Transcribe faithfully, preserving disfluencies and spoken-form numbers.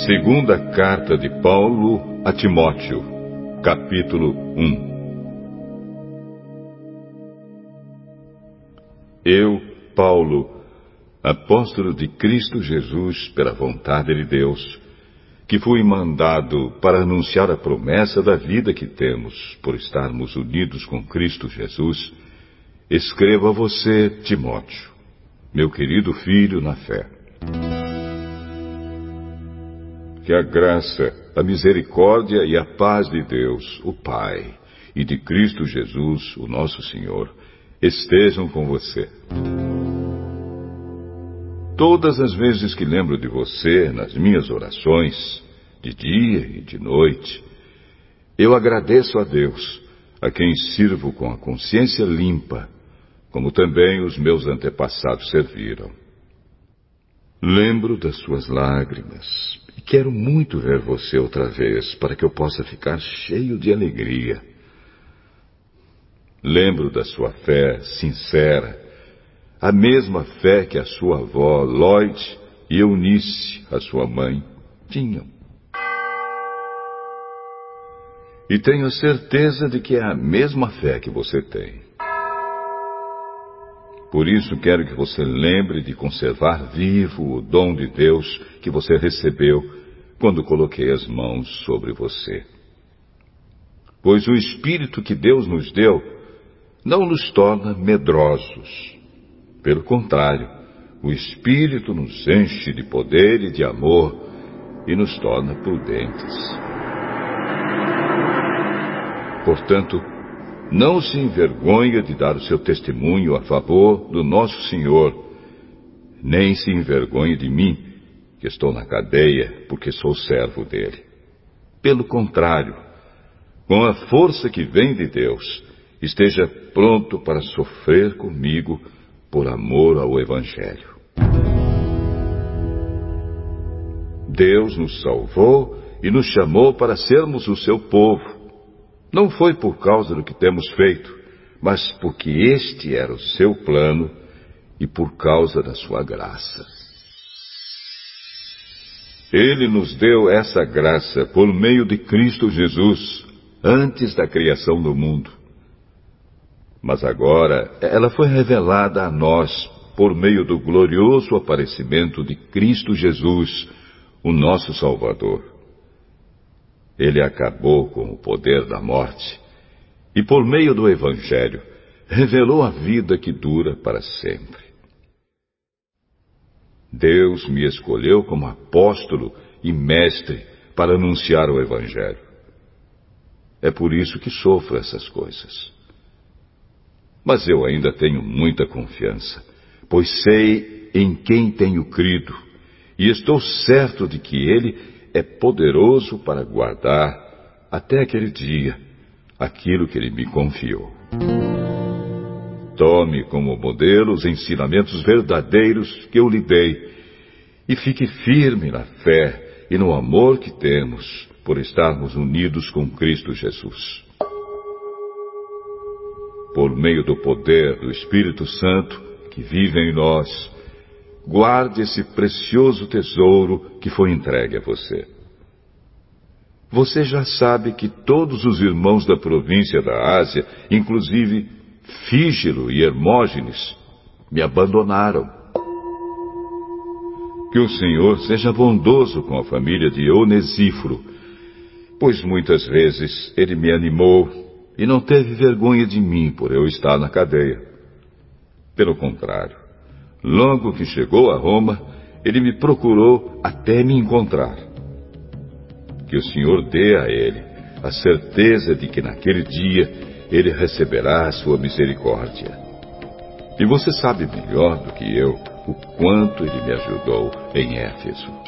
Segunda Carta de Paulo a Timóteo, capítulo um. Eu, Paulo, apóstolo de Cristo Jesus pela vontade de Deus, que fui mandado para anunciar a promessa da vida que temos por estarmos unidos com Cristo Jesus, escrevo a você, Timóteo, meu querido filho na fé. Que a graça, a misericórdia e a paz de Deus, o Pai, e de Cristo Jesus, o nosso Senhor, estejam com você. Todas as vezes que lembro de você nas minhas orações, de dia e de noite, eu agradeço a Deus, a quem sirvo com a consciência limpa, como também os meus antepassados serviram. Lembro das suas lágrimas e quero muito ver você outra vez para que eu possa ficar cheio de alegria. Lembro da sua fé sincera, a mesma fé que a sua avó Lloyd e Eunice, a sua mãe, tinham. E tenho certeza de que é a mesma fé que você tem. Por isso quero que você lembre de conservar vivo o dom de Deus que você recebeu quando coloquei as mãos sobre você. Pois o Espírito que Deus nos deu não nos torna medrosos. Pelo contrário, o Espírito nos enche de poder e de amor e nos torna prudentes. Portanto, não se envergonhe de dar o seu testemunho a favor do nosso Senhor, nem se envergonhe de mim, que estou na cadeia, porque sou servo dele. Pelo contrário, com a força que vem de Deus, esteja pronto para sofrer comigo por amor ao Evangelho. Deus nos salvou e nos chamou para sermos o seu povo. Não foi por causa do que temos feito, mas porque este era o seu plano e por causa da sua graça. Ele nos deu essa graça por meio de Cristo Jesus, antes da criação do mundo. Mas agora ela foi revelada a nós por meio do glorioso aparecimento de Cristo Jesus, o nosso Salvador. Ele acabou com o poder da morte e, por meio do Evangelho, revelou a vida que dura para sempre. Deus me escolheu como apóstolo e mestre para anunciar o Evangelho. É por isso que sofro essas coisas. Mas eu ainda tenho muita confiança, pois sei em quem tenho crido e estou certo de que Ele é poderoso para guardar, até aquele dia, aquilo que Ele me confiou. Tome como modelo os ensinamentos verdadeiros que eu lhe dei e fique firme na fé e no amor que temos por estarmos unidos com Cristo Jesus. Por meio do poder do Espírito Santo que vive em nós, guarde esse precioso tesouro que foi entregue a você. Você já sabe que todos os irmãos da província da Ásia, inclusive Fígelo e Hermógenes, me abandonaram. Que o Senhor seja bondoso com a família de Onesíforo, pois muitas vezes ele me animou e não teve vergonha de mim por eu estar na cadeia. Pelo contrário, logo que chegou a Roma, ele me procurou até me encontrar. Que o Senhor dê a ele a certeza de que naquele dia ele receberá a sua misericórdia. E você sabe melhor do que eu o quanto ele me ajudou em Éfeso.